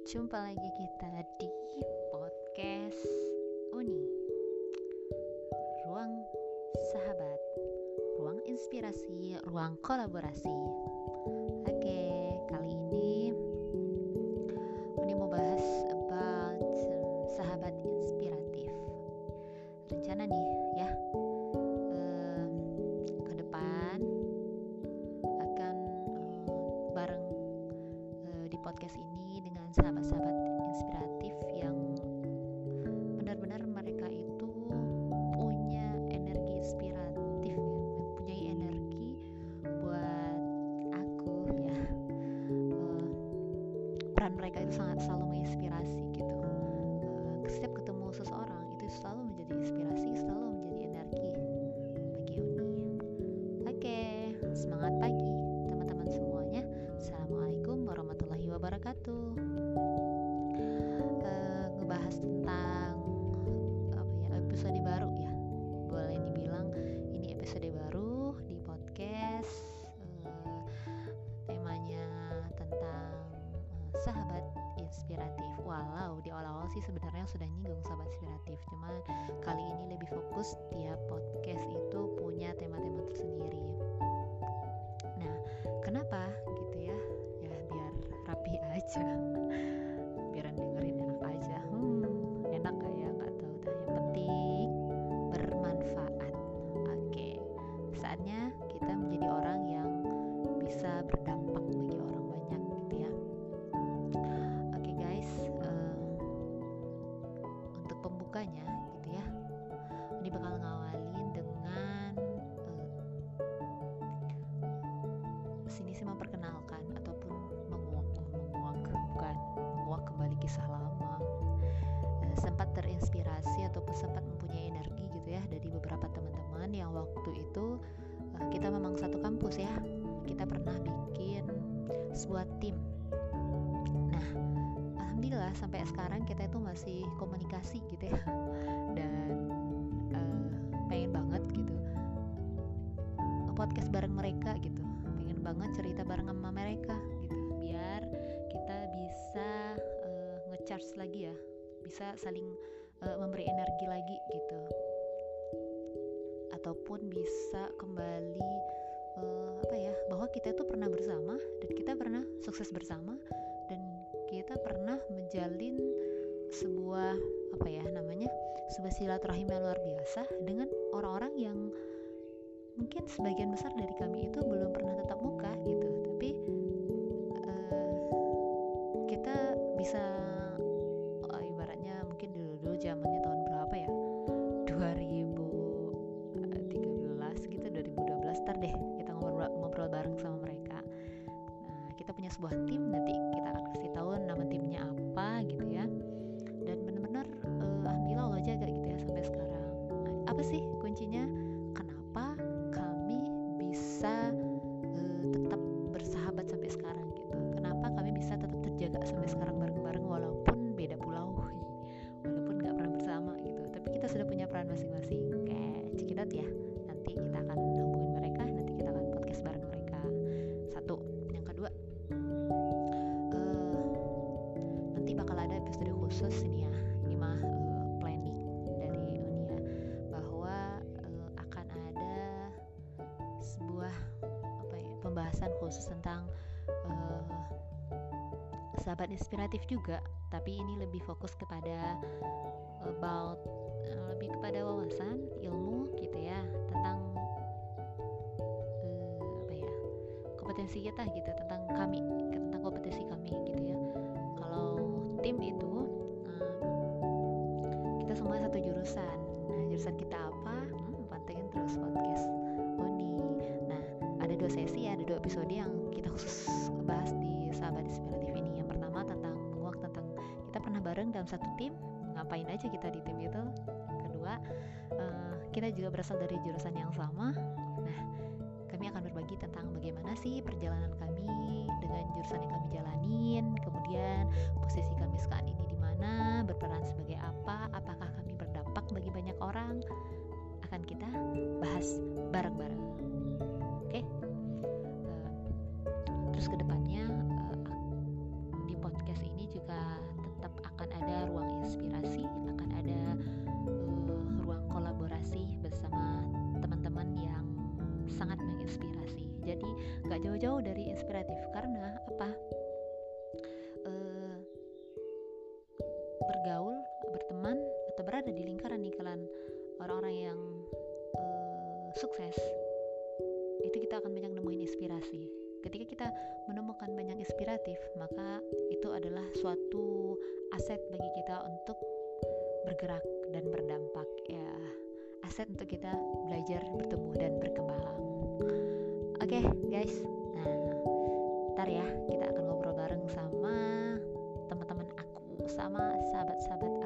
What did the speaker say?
Jumpa lagi kita di podcast Uni, ruang sahabat, ruang inspirasi, ruang kolaborasi. Oke, kali ini Uni mau bahas about sahabat inspiratif. Rencana nih ya, ke depan akan bareng di podcast ini dengan sahabat-sahabat inspiratif yang benar-benar mereka itu punya energi inspiratif ya, mempunyai energi buat aku ya. Peran mereka itu sangat selalu menginspirasi gitu. Setiap ketemu seseorang itu selalu menjadi inspirasi, selalu menjadi energi bagi Uni. Oke, semangat pagi teman-teman semuanya. Assalamualaikum warahmatullahi wabarakatuh. Ngebahas tentang episode baru ya, boleh dibilang ini episode baru di podcast. Temanya tentang sahabat inspiratif. Walau di awal-awal sih sebenarnya sudah nyinggung sahabat inspiratif, cuman kali ini lebih fokus tiap podcast itu punya tema-tema tersendiri. Nah, kenapa gitu ya? Ya biar rapi aja, biar dengerin enak aja. Enak gak ya? Gak tahu dah. Yang penting bermanfaat. Oke, saatnya kita menjadi orang yang bisa berdampak bagi orang banyak gitu ya. Oke guys, untuk pembukanya gitu ya, ini bakal ngawalin dengan sini sih memperkenalkan ataupun menguak kembali kisah lama. Sempat terinspirasi ataupun sempat mempunyai energi gitu ya dari beberapa teman-teman yang waktu itu kita memang satu kampus ya. Kita pernah bikin sebuah tim. Nah, alhamdulillah sampai sekarang kita itu masih komunikasi gitu ya. Dan pengen banget gitu podcast bareng mereka gitu. Pengen banget cerita bareng sama mereka gitu. Biar kita bisa nge-charge lagi ya. Bisa saling memberi energi lagi gitu. Ataupun bisa kembali bahwa kita itu pernah bersama dan kita pernah sukses bersama dan kita pernah menjalin sebuah sebuah silaturahim yang luar biasa dengan orang-orang yang mungkin sebagian besar dari kami itu belum pernah tatap muka gitu, tapi kita bisa ibaratnya mungkin dulu zamannya tahun berapa ya, 2013 gitu, 2012 ntar deh kita ngobrol bareng sama mereka. Nah, kita punya sebuah tim, nanti kita akan kasih tahu nama timnya apa gitu ya. Dan benar-benar alhamdulillah Allah jaga gitu ya sampai sekarang. Nah, apa sih kuncinya? Kenapa kami bisa tetap bersahabat sampai sekarang gitu? Kenapa kami bisa tetap terjaga sampai sekarang bareng-bareng walaupun beda pulau, walaupun gak pernah bersama gitu, tapi kita sudah punya peran masing-masing. Kayak cekidot ya, nanti kita akan hubungin mereka, nanti kita akan podcast bareng mereka. Satu. Yang kedua, nanti bakal ada episode khusus ini ya. Ini mah planning dari Uni ya, bahwa akan ada sebuah pembahasan khusus tentang sahabat inspiratif juga, tapi ini lebih fokus kepada lebih kepada wawasan ilmu gitu ya, tentang kompetensi kita gitu, tentang kompetensi kami gitu ya. Kalau tim itu kita semua satu jurusan. Nah, jurusan kita apa? Pantengin terus podcast Uni. Nah, ada 2 sesi, ada 2 episode yang kita khusus bahas di sahabat inspiratif ini. Yang pertama tentang kita pernah bareng dalam satu tim, ngapain aja kita di tim itu. Kedua, kita juga berasal dari jurusan yang sama. Nah, kami akan berbagi tentang bagaimana sih perjalanan kami dengan jurusan yang kami jalanin, kemudian posisi kami saat ini di mana, berperan sebagai apa, apakah kami berdampak bagi banyak orang, akan kita bahas bareng-bareng. Oke? Terus kedepannya di podcast ini juga sangat menginspirasi. Jadi gak jauh-jauh dari inspiratif, karena apa? Bergaul, berteman, atau berada di lingkaran orang-orang yang sukses, itu kita akan banyak nemuin inspirasi. Ketika kita menemukan banyak inspiratif, maka itu adalah suatu aset bagi kita untuk bergerak dan berdampak, ya, aset untuk kita belajar, bertumbuh dan berkembang. Oke, guys, nah ntar ya kita akan ngobrol bareng sama teman-teman aku, sama sahabat-sahabat